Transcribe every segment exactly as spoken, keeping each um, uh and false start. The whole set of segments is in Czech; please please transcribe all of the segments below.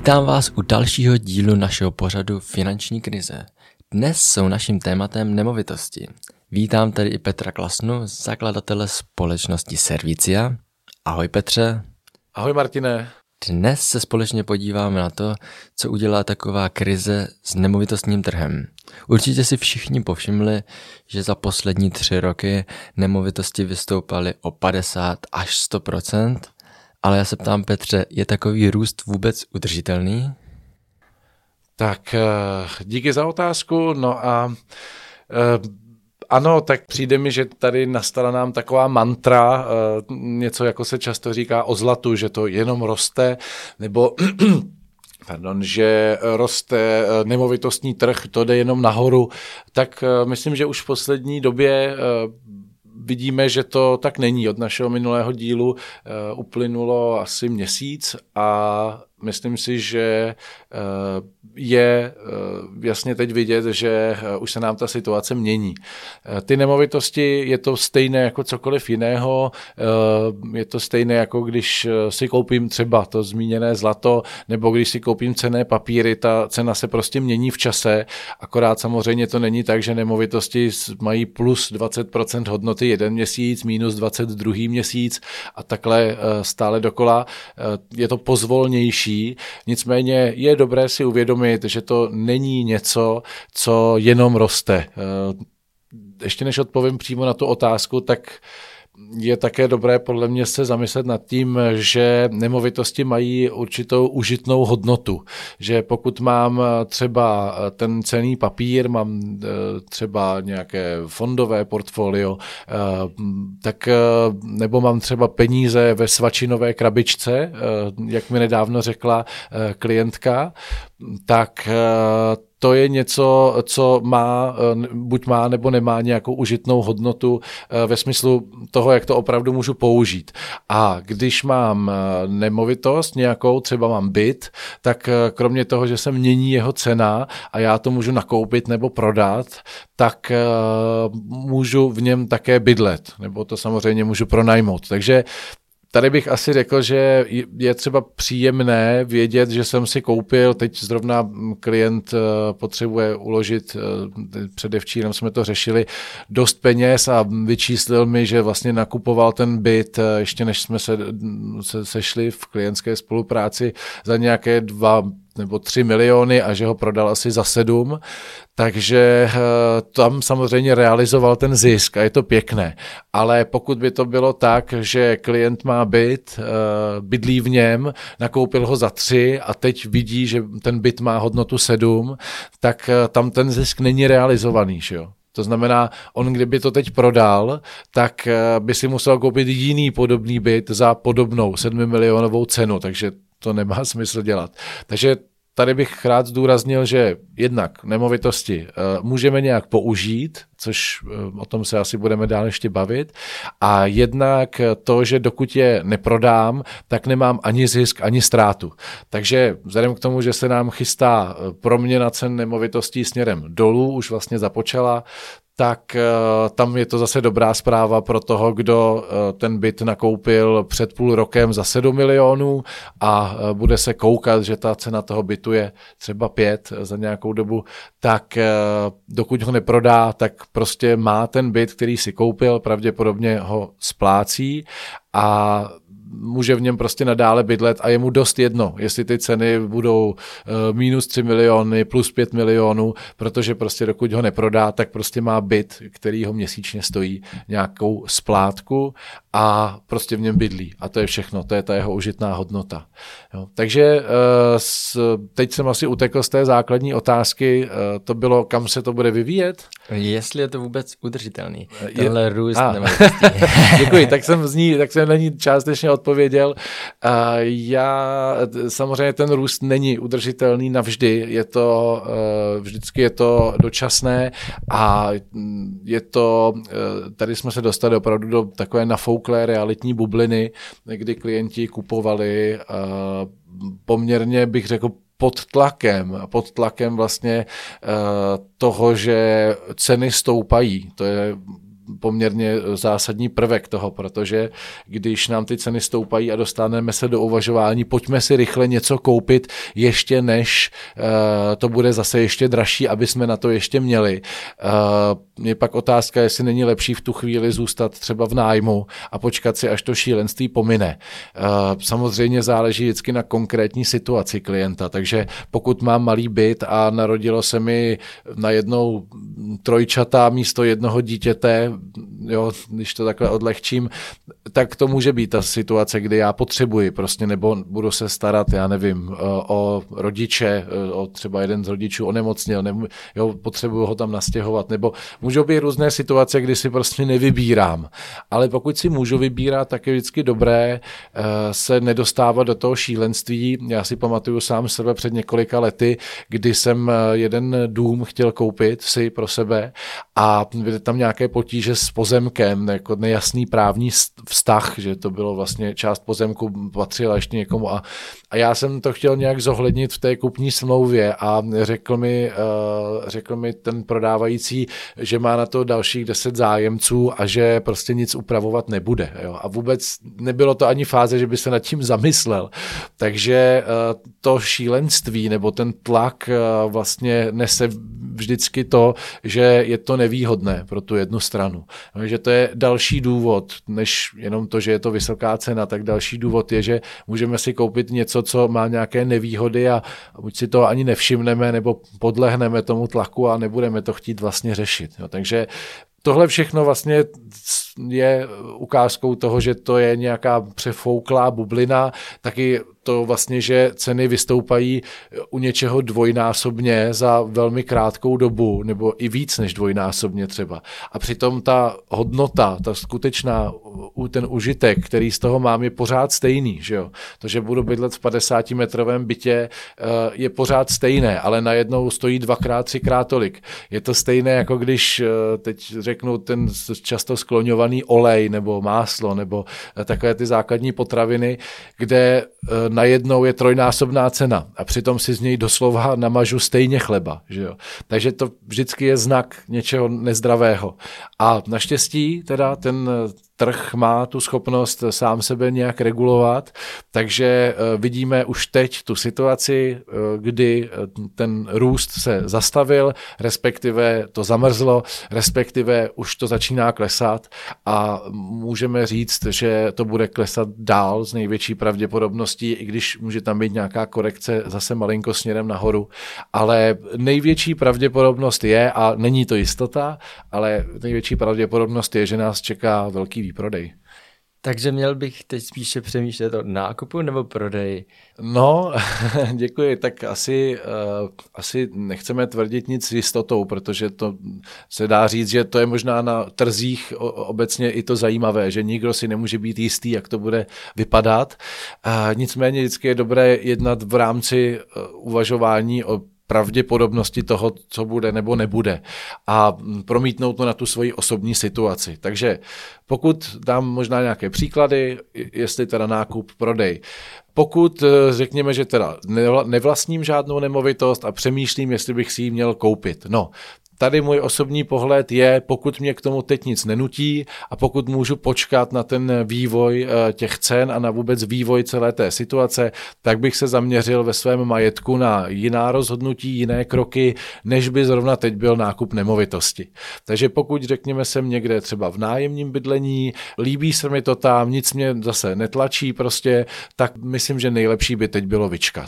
Vítám vás u dalšího dílu našeho pořadu Finanční krize. Dnes jsou naším tématem nemovitosti. Vítám tady i Petra Klasnu, zakladatele společnosti Servicia. Ahoj Petře. Ahoj Martine. Dnes se společně podíváme na to, co udělá taková krize s nemovitostním trhem. Určitě si všichni povšimli, že za poslední tři roky nemovitosti vystoupaly o padesát až sto procent, ale já se ptám Petře, je takový růst vůbec udržitelný? Tak díky za otázku, no a ano, tak přijde mi, že tady nastala nám taková mantra, něco jako se často říká o zlatu, že to jenom roste, nebo pardon, že roste nemovitostní trh, to jde jenom nahoru, tak myslím, že už v poslední době vidíme, že to tak není. Od našeho minulého dílu uh, uplynulo asi měsíc a myslím si, že uh, je uh, jasně teď vidět, že uh, už se nám ta situace mění. Uh, ty nemovitosti je to stejné jako cokoliv jiného, uh, je to stejné jako když uh, si koupím třeba to zmíněné zlato, nebo když si koupím cenné papíry, ta cena se prostě mění v čase, akorát samozřejmě to není tak, že nemovitosti mají plus dvacet procent hodnoty jeden měsíc, minus dvacet druhý měsíc a takhle uh, stále dokola. Uh, je to pozvolnější. Nicméně je dobré si uvědomit, že to není něco, co jenom roste. Ještě než odpovím přímo na tu otázku, tak je také dobré podle mě se zamyslet nad tím, že nemovitosti mají určitou užitnou hodnotu. Že pokud mám třeba ten cenný papír, mám třeba nějaké fondové portfolio, tak nebo mám třeba peníze ve svačinové krabičce, jak mi nedávno řekla klientka, tak to je něco, co má, buď má nebo nemá nějakou užitnou hodnotu ve smyslu toho, jak to opravdu můžu použít. A když mám nemovitost nějakou, třeba mám byt, tak kromě toho, že se mění jeho cena a já to můžu nakoupit nebo prodat, tak můžu v něm také bydlet, nebo to samozřejmě můžu pronajmout. Takže tady bych asi řekl, že je třeba příjemné vědět, že jsem si koupil, teď zrovna klient potřebuje uložit, předevčírem jsme to řešili, dost peněz a vyčíslil mi, že vlastně nakupoval ten byt, ještě než jsme se, se sešli v klientské spolupráci, za nějaké dva nebo tři miliony a že ho prodal asi za sedm, takže tam samozřejmě realizoval ten zisk a je to pěkné. Ale pokud by to bylo tak, že klient má byt, bydlí v něm, nakoupil ho za tři a teď vidí, že ten byt má hodnotu sedm, tak tam ten zisk není realizovaný, že jo? To znamená, on kdyby to teď prodal, tak by si musel koupit jiný podobný byt za podobnou sedmimilionovou cenu, takže to nemá smysl dělat. Takže tady bych rád zdůraznil, že jednak nemovitosti uh, můžeme nějak použít, což uh, o tom se asi budeme dál ještě bavit, a jednak to, že dokud je neprodám, tak nemám ani zisk, ani ztrátu. Takže vzhledem k tomu, že se nám chystá proměna cen nemovitostí směrem dolů, už vlastně započala, tak uh, tam je to zase dobrá zpráva pro toho, kdo uh, ten byt nakoupil před půl rokem za sedm milionů a uh, bude se koukat, že ta cena toho bytu je třeba pět za nějakou dobu, tak uh, dokud ho neprodá, tak prostě má ten byt, který si koupil, pravděpodobně ho splácí a může v něm prostě nadále bydlet a je mu dost jedno, jestli ty ceny budou uh, minus tři miliony, plus pět milionů, protože prostě dokud ho neprodá, tak prostě má byt, který ho měsíčně stojí nějakou splátku a prostě v něm bydlí. A to je všechno, to je ta jeho užitná hodnota. Jo. Takže uh, s, teď jsem asi utekl z té základní otázky, uh, to bylo, kam se to bude vyvíjet? Jestli je to vůbec udržitelný, tenhle je... růst ah. nemovitostí. Děkuji, tak jsem z ní, tak jsem na ní částečně odpověděl. Uh, já, samozřejmě ten růst není udržitelný navždy, je to, uh, vždycky je to dočasné a je to, uh, tady jsme se dostali opravdu do takové nafouklé realitní bubliny, kdy klienti kupovali uh, poměrně, bych řekl, pod tlakem, pod tlakem vlastně uh, toho, že ceny stoupají. To je poměrně zásadní prvek toho, protože když nám ty ceny stoupají a dostaneme se do uvažování, pojďme si rychle něco koupit, ještě než uh, to bude zase ještě dražší, aby jsme na to ještě měli. Uh, je pak otázka, jestli není lepší v tu chvíli zůstat třeba v nájmu a počkat si, až to šílenství pomine. Uh, samozřejmě záleží vždycky na konkrétní situaci klienta, takže pokud mám malý byt a narodilo se mi najednou trojčata místo jednoho dítěte, jo, když to takhle odlehčím, tak to může být ta situace, kdy já potřebuji prostě, nebo budu se starat, já nevím, o rodiče, o třeba jeden z rodičů onemocněl, nebo jo, potřebuju ho tam nastěhovat, nebo můžou být různé situace, kdy si prostě nevybírám. Ale pokud si můžu vybírat, tak je vždycky dobré se nedostávat do toho šílenství. Já si pamatuju sám sebe před několika lety, kdy jsem jeden dům chtěl koupit si pro sebe a byly tam nějaké potíže s pozemkem, jako nejasný právní vztah, že to bylo vlastně část pozemku patřila ještě někomu a, a já jsem to chtěl nějak zohlednit v té kupní smlouvě a řekl mi, uh, řekl mi ten prodávající, že má na to dalších deset zájemců a že prostě nic upravovat nebude. Jo. A vůbec nebylo to ani fáze, že by se nad tím zamyslel. Takže uh, to šílenství nebo ten tlak uh, vlastně nese vždycky to, že je to nevýhodné pro tu jednu stranu. Takže to je další důvod, než jenom to, že je to vysoká cena, tak další důvod je, že můžeme si koupit něco, co má nějaké nevýhody a buď si to ani nevšimneme, nebo podlehneme tomu tlaku a nebudeme to chtít vlastně řešit. Jo. Takže tohle všechno vlastně je ukázkou toho, že to je nějaká přefouklá bublina, taky to vlastně, že ceny vystoupají u něčeho dvojnásobně za velmi krátkou dobu, nebo i víc než dvojnásobně třeba. A přitom ta hodnota, ta skutečná, ten užitek, který z toho mám, je pořád stejný. Že jo? To, že budu bydlet v padesátimetrovém bytě, je pořád stejné, ale najednou stojí dvakrát, třikrát tolik. Je to stejné, jako když teď řeknu ten často skloňovaný olej nebo máslo nebo takové ty základní potraviny, kde najednou je trojnásobná cena a přitom si z něj doslova namažu stejně chleba. Že jo? Takže to vždycky je znak něčeho nezdravého. A naštěstí teda ten trh má tu schopnost sám sebe nějak regulovat, takže vidíme už teď tu situaci, kdy ten růst se zastavil, respektive to zamrzlo, respektive už to začíná klesat a můžeme říct, že to bude klesat dál s největší pravděpodobností, i když může tam být nějaká korekce zase malinko směrem nahoru, ale největší pravděpodobnost je, a není to jistota, ale největší pravděpodobnost je, že nás čeká velký výprodej. Takže měl bych teď spíše přemýšlet o nákupu nebo prodeji? No, děkuji. Tak asi, uh, asi nechceme tvrdit nic s jistotou, protože to se dá říct, že to je možná na trzích obecně i to zajímavé, že nikdo si nemůže být jistý, jak to bude vypadat. Uh, nicméně vždycky je dobré jednat v rámci uh, uvažování o pravděpodobnosti toho, co bude nebo nebude a promítnout to na tu svoji osobní situaci. Takže pokud dám možná nějaké příklady, jestli teda nákup, prodej. Pokud řekněme, že teda nevlastním žádnou nemovitost a přemýšlím, jestli bych si ji měl koupit. No, tady můj osobní pohled je, pokud mě k tomu teď nic nenutí a pokud můžu počkat na ten vývoj těch cen a na vůbec vývoj celé té situace, tak bych se zaměřil ve svém majetku na jiná rozhodnutí, jiné kroky, než by zrovna teď byl nákup nemovitosti. Takže pokud řekněme jsem někde třeba v nájemním bydlení, líbí se mi to tam, nic mě zase netlačí prostě, tak myslím, že nejlepší by teď bylo vyčkat.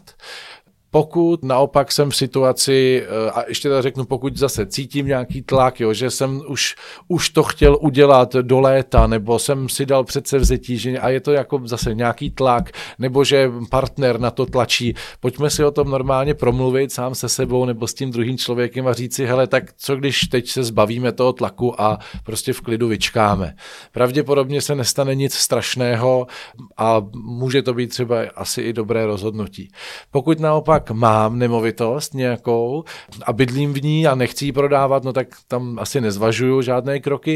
Pokud naopak jsem v situaci, a ještě teda řeknu, pokud zase cítím nějaký tlak, jo, že jsem už, už to chtěl udělat do léta, nebo jsem si dal předsevzetí, že a je to jako zase nějaký tlak, nebo že partner na to tlačí, pojďme si o tom normálně promluvit sám se sebou nebo s tím druhým člověkem a říct si, hele, tak co když teď se zbavíme toho tlaku a prostě v klidu vyčkáme. Pravděpodobně se nestane nic strašného a může to být třeba asi i dobré rozhodnutí. Pokud naopak mám nemovitost nějakou a bydlím v ní a nechci ji prodávat, no tak tam asi nezvažuju žádné kroky.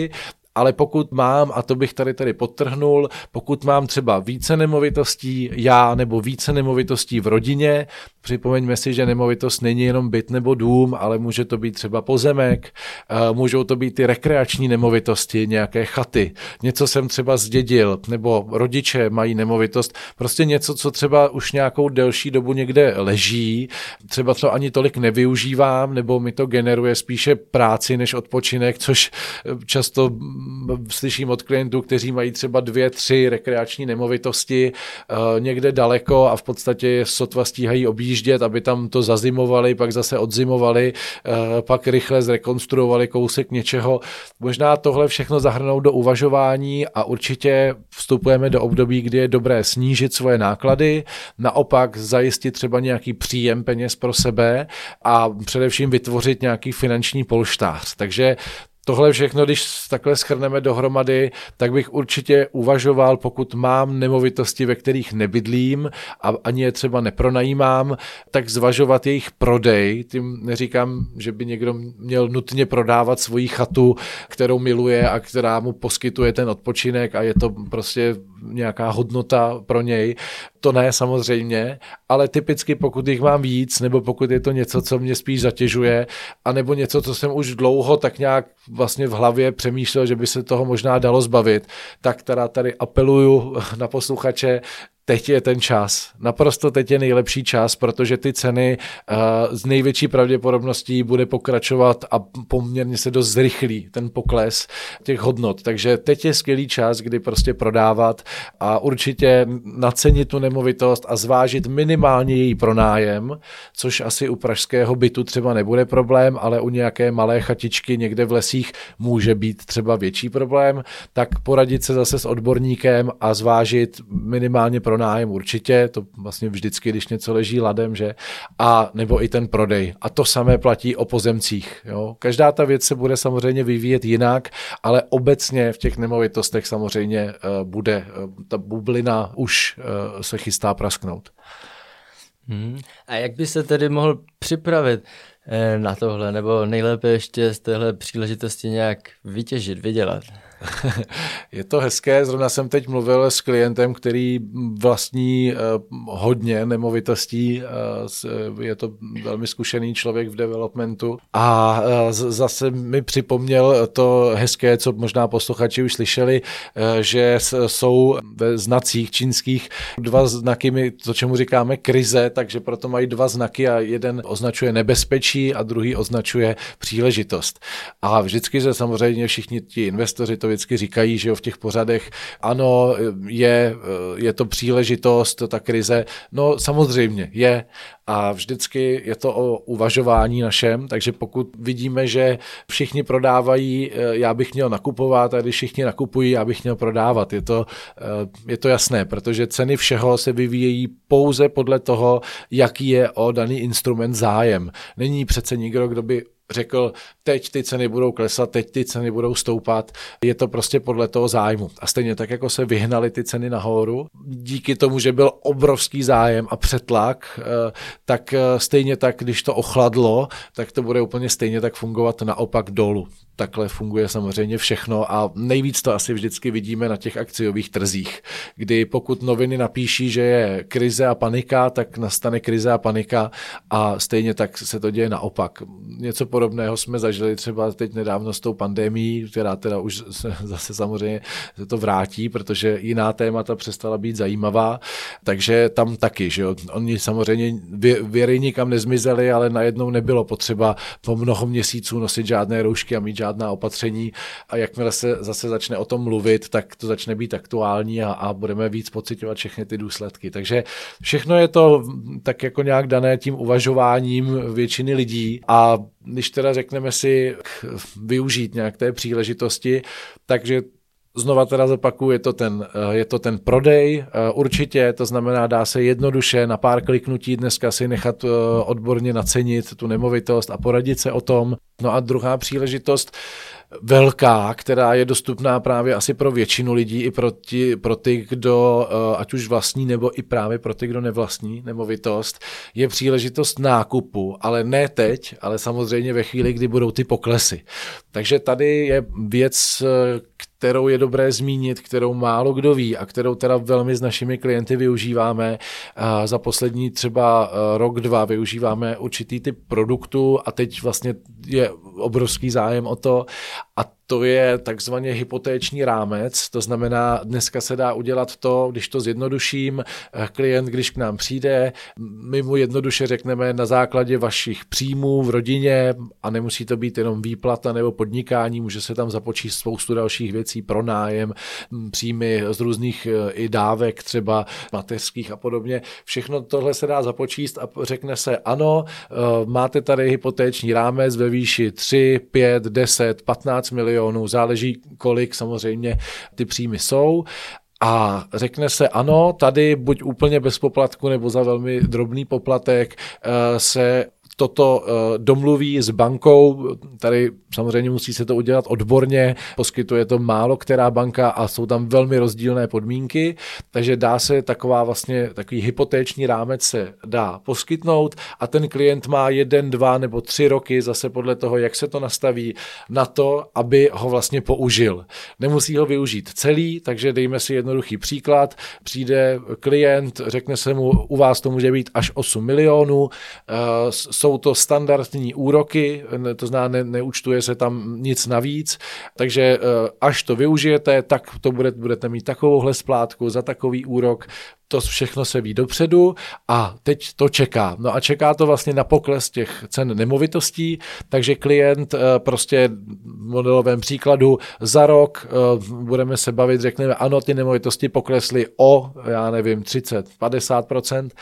Ale pokud mám, a to bych tady tady podtrhnul, pokud mám třeba více nemovitostí, já nebo více nemovitostí v rodině, připomeňme si, že nemovitost není jenom byt nebo dům, ale může to být třeba pozemek, můžou to být i rekreační nemovitosti, nějaké chaty, něco jsem třeba zdědil, nebo rodiče mají nemovitost, prostě něco, co třeba už nějakou delší dobu někde leží, třeba to ani tolik nevyužívám, nebo mi to generuje spíše práci než odpočinek, což často slyším od klientů, kteří mají třeba dvě, tři rekreační nemovitosti někde daleko a v podstatě je sotva stíhají objíždět, aby tam to zazimovali, pak zase odzimovali, pak rychle zrekonstruovali kousek něčeho. Možná tohle všechno zahrnout do uvažování a určitě vstupujeme do období, kdy je dobré snížit svoje náklady, naopak zajistit třeba nějaký příjem peněz pro sebe a především vytvořit nějaký finanční polštář. Takže tohle všechno, když takhle shrneme dohromady, tak bych určitě uvažoval, pokud mám nemovitosti, ve kterých nebydlím a ani je třeba nepronajímám, tak zvažovat jejich prodej. Tím neříkám, že by někdo měl nutně prodávat svoji chatu, kterou miluje a která mu poskytuje ten odpočinek a je to prostě nějaká hodnota pro něj. To ne samozřejmě, ale typicky pokud jich mám víc, nebo pokud je to něco, co mě spíš zatěžuje, anebo něco, co jsem už dlouho tak nějak vlastně v hlavě přemýšlel, že by se toho možná dalo zbavit, tak teda tady apeluju na posluchače, teď je ten čas. Naprosto teď je nejlepší čas, protože ty ceny uh, z největší pravděpodobností bude pokračovat a poměrně se dost zrychlí ten pokles těch hodnot. Takže teď je skvělý čas, kdy prostě prodávat a určitě nacenit tu nemovitost a zvážit minimálně její pronájem, což asi u pražského bytu třeba nebude problém, ale u nějaké malé chatičky někde v lesích může být třeba větší problém, tak poradit se zase s odborníkem a zvážit minimálně pronájem určitě, to vlastně vždycky, když něco leží ladem, že? A nebo i ten prodej. A to samé platí o pozemcích. Jo? Každá ta věc se bude samozřejmě vyvíjet jinak, ale obecně v těch nemovitostech samozřejmě uh, bude uh, ta bublina už uh, se chystá prasknout. Hmm. A jak by se tedy mohl připravit eh, na tohle, nebo nejlépe ještě z téhle příležitosti nějak vytěžit, vydělat? Je to hezké, zrovna jsem teď mluvil s klientem, který vlastní hodně nemovitostí, je to velmi zkušený člověk v developmentu a zase mi připomněl to hezké, co možná posluchači už slyšeli, že jsou ve znacích čínských dva znaky, to čemu říkáme krize, takže proto mají dva znaky a jeden označuje nebezpečí a druhý označuje příležitost. A vždycky se samozřejmě všichni ti investoři to vždycky říkají, že jo, v těch pořadech, ano, je, je to příležitost, ta krize, no samozřejmě je a vždycky je to o uvažování našem, takže pokud vidíme, že všichni prodávají, já bych měl nakupovat a když všichni nakupují, já bych měl prodávat, je to, je to jasné, protože ceny všeho se vyvíjejí pouze podle toho, jaký je o daný instrument zájem. Není přece nikdo, kdo by řekl, teď ty ceny budou klesat, teď ty ceny budou stoupat. Je to prostě podle toho zájmu. A stejně tak, jako se vyhnaly ty ceny nahoru, díky tomu, že byl obrovský zájem a přetlak, tak stejně tak, když to ochladlo, tak to bude úplně stejně tak fungovat naopak dolů. Takhle funguje samozřejmě všechno a nejvíc to asi vždycky vidíme na těch akciových trzích, kdy pokud noviny napíší, že je krize a panika, tak nastane krize a panika a stejně tak se to děje naopak. Něco podobného jsme zažili třeba teď nedávno s tou pandemií, která teda už se zase samozřejmě se to vrátí, protože jiná témata přestala být zajímavá, takže tam taky, že jo. Oni samozřejmě věry nikam nezmizeli, ale najednou nebylo potřeba po mnoho měsíců nosit žádné roušky a mít žádná opatření a jakmile se zase začne o tom mluvit, tak to začne být aktuální a, a budeme víc pociťovat všechny ty důsledky. Takže všechno je to tak jako nějak dané tím uvažováním většiny lidí a když teda řekneme si využít nějak té příležitosti, takže znova teda zopakuju, je to ten, je to ten prodej, určitě, to znamená, dá se jednoduše na pár kliknutí dneska si nechat odborně nacenit tu nemovitost a poradit se o tom. No a druhá příležitost, velká, která je dostupná právě asi pro většinu lidí, i pro, ti, pro ty, kdo ať už vlastní, nebo i právě pro ty, kdo nevlastní nemovitost, je příležitost nákupu, ale ne teď, ale samozřejmě ve chvíli, kdy budou ty poklesy. Takže tady je věc, kterou je dobré zmínit, kterou málo kdo ví a kterou teda velmi s našimi klienty využíváme. Za poslední třeba rok, dva využíváme určitý typ produktu a teď vlastně je obrovský zájem o to a to je takzvaně hypotéční rámec, to znamená, dneska se dá udělat to, když to zjednoduším, klient, když k nám přijde, my mu jednoduše řekneme na základě vašich příjmů v rodině a nemusí to být jenom výplata nebo podnikání, může se tam započíst spoustu dalších věcí, pronájem, příjmy z různých i dávek, třeba mateřských a podobně. Všechno tohle se dá započíst a řekne se ano, máte tady hypotéční rámec ve výši tři, pět, deset, patnáct milionů, záleží, kolik samozřejmě ty příjmy jsou. A řekne se ano, tady buď úplně bez poplatku nebo za velmi drobný poplatek se toto domluví s bankou, tady samozřejmě musí se to udělat odborně, poskytuje to málo která banka a jsou tam velmi rozdílné podmínky, takže dá se taková vlastně takový hypotéční rámec se dá poskytnout a ten klient má jeden, dva nebo tři roky zase podle toho, jak se to nastaví na to, aby ho vlastně použil. Nemusí ho využít celý, takže dejme si jednoduchý příklad, přijde klient, řekne se mu, u vás to může být až osm milionů, jsou to standardní úroky, to znamená, ne, neúčtuje se tam nic navíc, takže až to využijete, tak to bude, budete mít takovouhle splátku za takový úrok, to všechno se ví dopředu a teď to čeká. No a čeká to vlastně na pokles těch cen nemovitostí, takže klient prostě v modelovém příkladu za rok budeme se bavit, řekneme ano, ty nemovitosti poklesly o, já nevím, třicet, padesát procent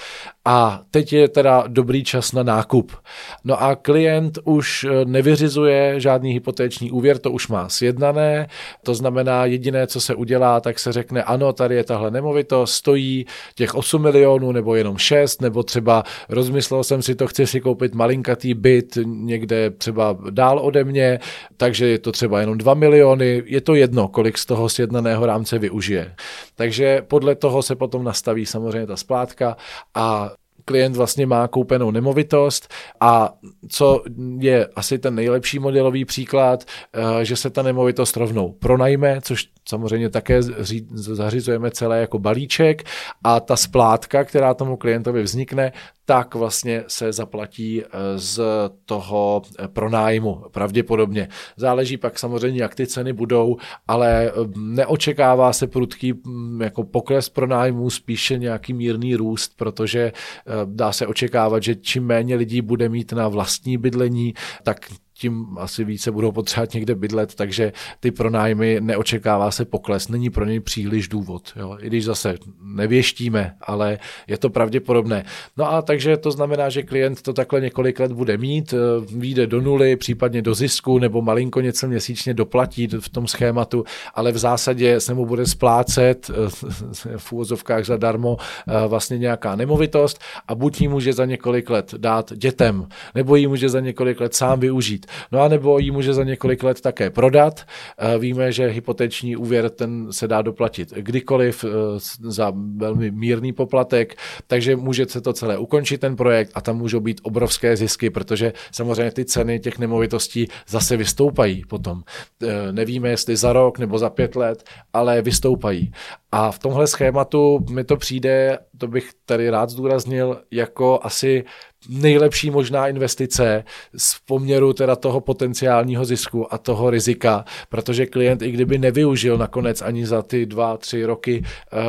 a teď je teda dobrý čas na nákup. No a klient už nevyřizuje žádný hypotéční úvěr, to už má sjednané, to znamená jediné, co se udělá, tak se řekne ano, tady je tahle nemovitost, stojí těch osm milionů nebo jenom šest, nebo třeba rozmyslel jsem si to, chci si koupit malinkatý byt někde třeba dál ode mě, takže je to třeba jenom dva miliony, je to jedno, kolik z toho sjednaného rámce využije. Takže podle toho se potom nastaví samozřejmě ta splátka a klient vlastně má koupenou nemovitost a co je asi ten nejlepší modelový příklad, že se ta nemovitost rovnou pronajme, což samozřejmě také zařizujeme celé jako balíček a ta splátka, která tomu klientovi vznikne, tak vlastně se zaplatí z toho pronájmu pravděpodobně. Záleží pak samozřejmě, jak ty ceny budou, ale neočekává se prudký jako pokles pronájmu, spíše nějaký mírný růst, protože dá se očekávat, že čím méně lidí bude mít na vlastní bydlení, tak tím asi více budou potřebovat někde bydlet, takže ty pronájmy neočekává se pokles, není pro něj příliš důvod. Jo? I když zase nevěštíme, ale je to pravděpodobné. No a takže to znamená, že klient to takhle několik let bude mít, vyjde do nuly, případně do zisku, nebo malinko něco měsíčně doplatí v tom schématu, ale v zásadě se mu bude splácet v úvozovkách zadarmo vlastně nějaká nemovitost a buď ji může za několik let dát dětem, nebo ji může za několik let sám využít. No a nebo ji může za několik let také prodat. Víme, že hypoteční úvěr ten se dá doplatit kdykoliv za velmi mírný poplatek, takže může se to celé ukončit ten projekt a tam můžou být obrovské zisky, protože samozřejmě ty ceny těch nemovitostí zase vystoupají potom. Nevíme, jestli za rok nebo za pět let, ale vystoupají. A v tomhle schématu mi to přijde, to bych tady rád zdůraznil, jako asi nejlepší možná investice z poměru teda toho potenciálního zisku a toho rizika, protože klient, i kdyby nevyužil nakonec ani za ty dva, tři roky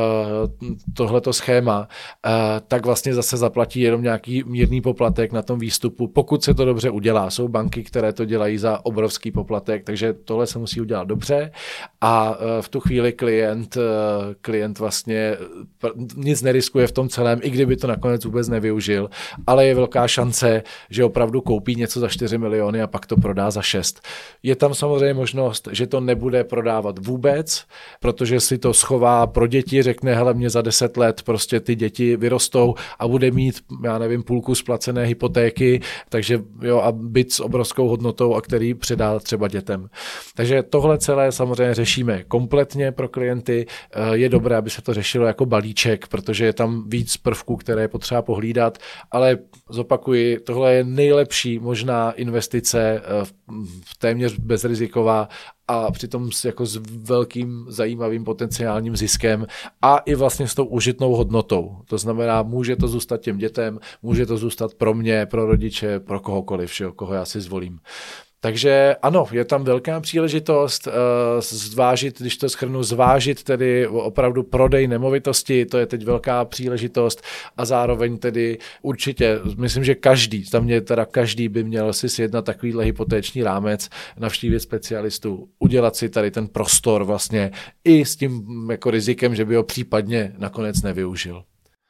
uh, tohleto schéma, uh, tak vlastně zase zaplatí jenom nějaký mírný poplatek na tom výstupu, pokud se to dobře udělá. Jsou banky, které to dělají za obrovský poplatek, takže tohle se musí udělat dobře a v tu chvíli klient, klient vlastně nic neriskuje v tom celém, i kdyby to nakonec vůbec nevyužil, ale je velká šance, že opravdu koupí něco za čtyři miliony a pak to prodá za šest. Je tam samozřejmě možnost, že to nebude prodávat vůbec, protože si to schová pro děti, řekne, hele, mě za deset let prostě ty děti vyrostou a bude mít, já nevím, půlku splacené hypotéky, takže jo, a byt s obrovskou hodnotou, a který předá třeba dětem. Takže tohle celé samozřejmě řešíme kompletně pro klienty. Je dobré, aby se to řešilo jako balíček, protože je tam víc prvků, které je potřeba pohlídat, ale zopakuji, tohle je nejlepší možná investice, v téměř bezriziková a přitom s, jako s velkým zajímavým potenciálním ziskem a i vlastně s tou užitnou hodnotou. To znamená, může to zůstat těm dětem, může to zůstat pro mě, pro rodiče, pro kohokoliv, že, koho já si zvolím. Takže ano, je tam velká příležitost uh, zvážit, když to shrnu, zvážit tedy opravdu prodej nemovitosti, to je teď velká příležitost a zároveň tedy určitě, myslím, že každý, za mě teda každý by měl si sjednat takovýhle hypotéční rámec, navštívit specialistů, udělat si tady ten prostor vlastně i s tím jako rizikem, že by ho případně nakonec nevyužil.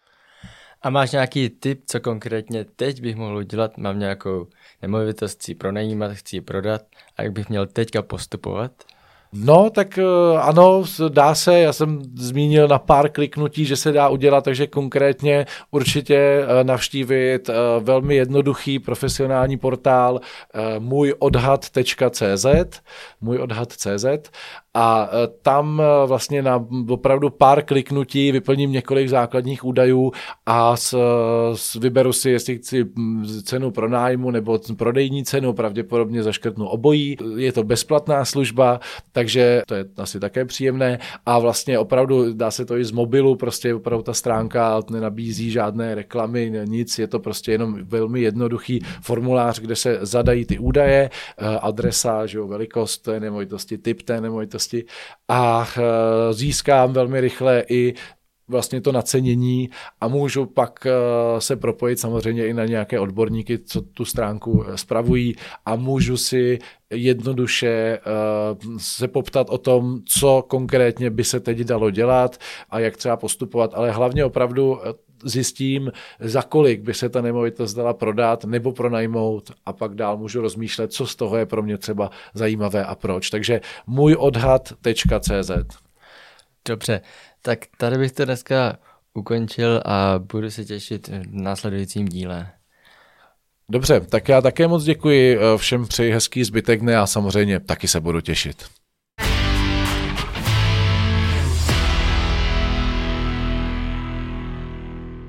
A máš nějaký tip, co konkrétně teď bych mohl udělat? Mám nějakou nemovitost, chci pronajímat, chci ji prodat a jak bych měl teďka postupovat? No, tak ano, dá se, já jsem zmínil na pár kliknutí, že se dá udělat, takže konkrétně určitě navštívit velmi jednoduchý profesionální portál můj odhad tečka cé zet, můj odhad tečka cé zet a tam vlastně na opravdu pár kliknutí vyplním několik základních údajů a s, s, vyberu si, jestli chci cenu pronájmu nebo prodejní cenu, pravděpodobně zaškrtnu obojí, je to bezplatná služba, takže to je asi také příjemné a vlastně opravdu dá se to i z mobilu, prostě opravdu ta stránka nenabízí žádné reklamy, nic, je to prostě jenom velmi jednoduchý formulář, kde se zadají ty údaje, adresa, že jo, velikost té nemovitosti, typ té nemovitosti a získám velmi rychle i vlastně to nacenění a můžu pak se propojit samozřejmě i na nějaké odborníky, co tu stránku spravují a můžu si jednoduše se poptat o tom, co konkrétně by se teď dalo dělat a jak třeba postupovat, ale hlavně opravdu zjistím, za kolik by se ta nemovitost dala prodat nebo pronajmout a pak dál můžu rozmýšlet, co z toho je pro mě třeba zajímavé a proč. Takže můj odhad tečka cé zet. Dobře, tak tady bych to dneska ukončil a budu se těšit v následujícím díle. Dobře, tak já také moc děkuji, všem přeji hezký zbytek dne a samozřejmě taky se budu těšit.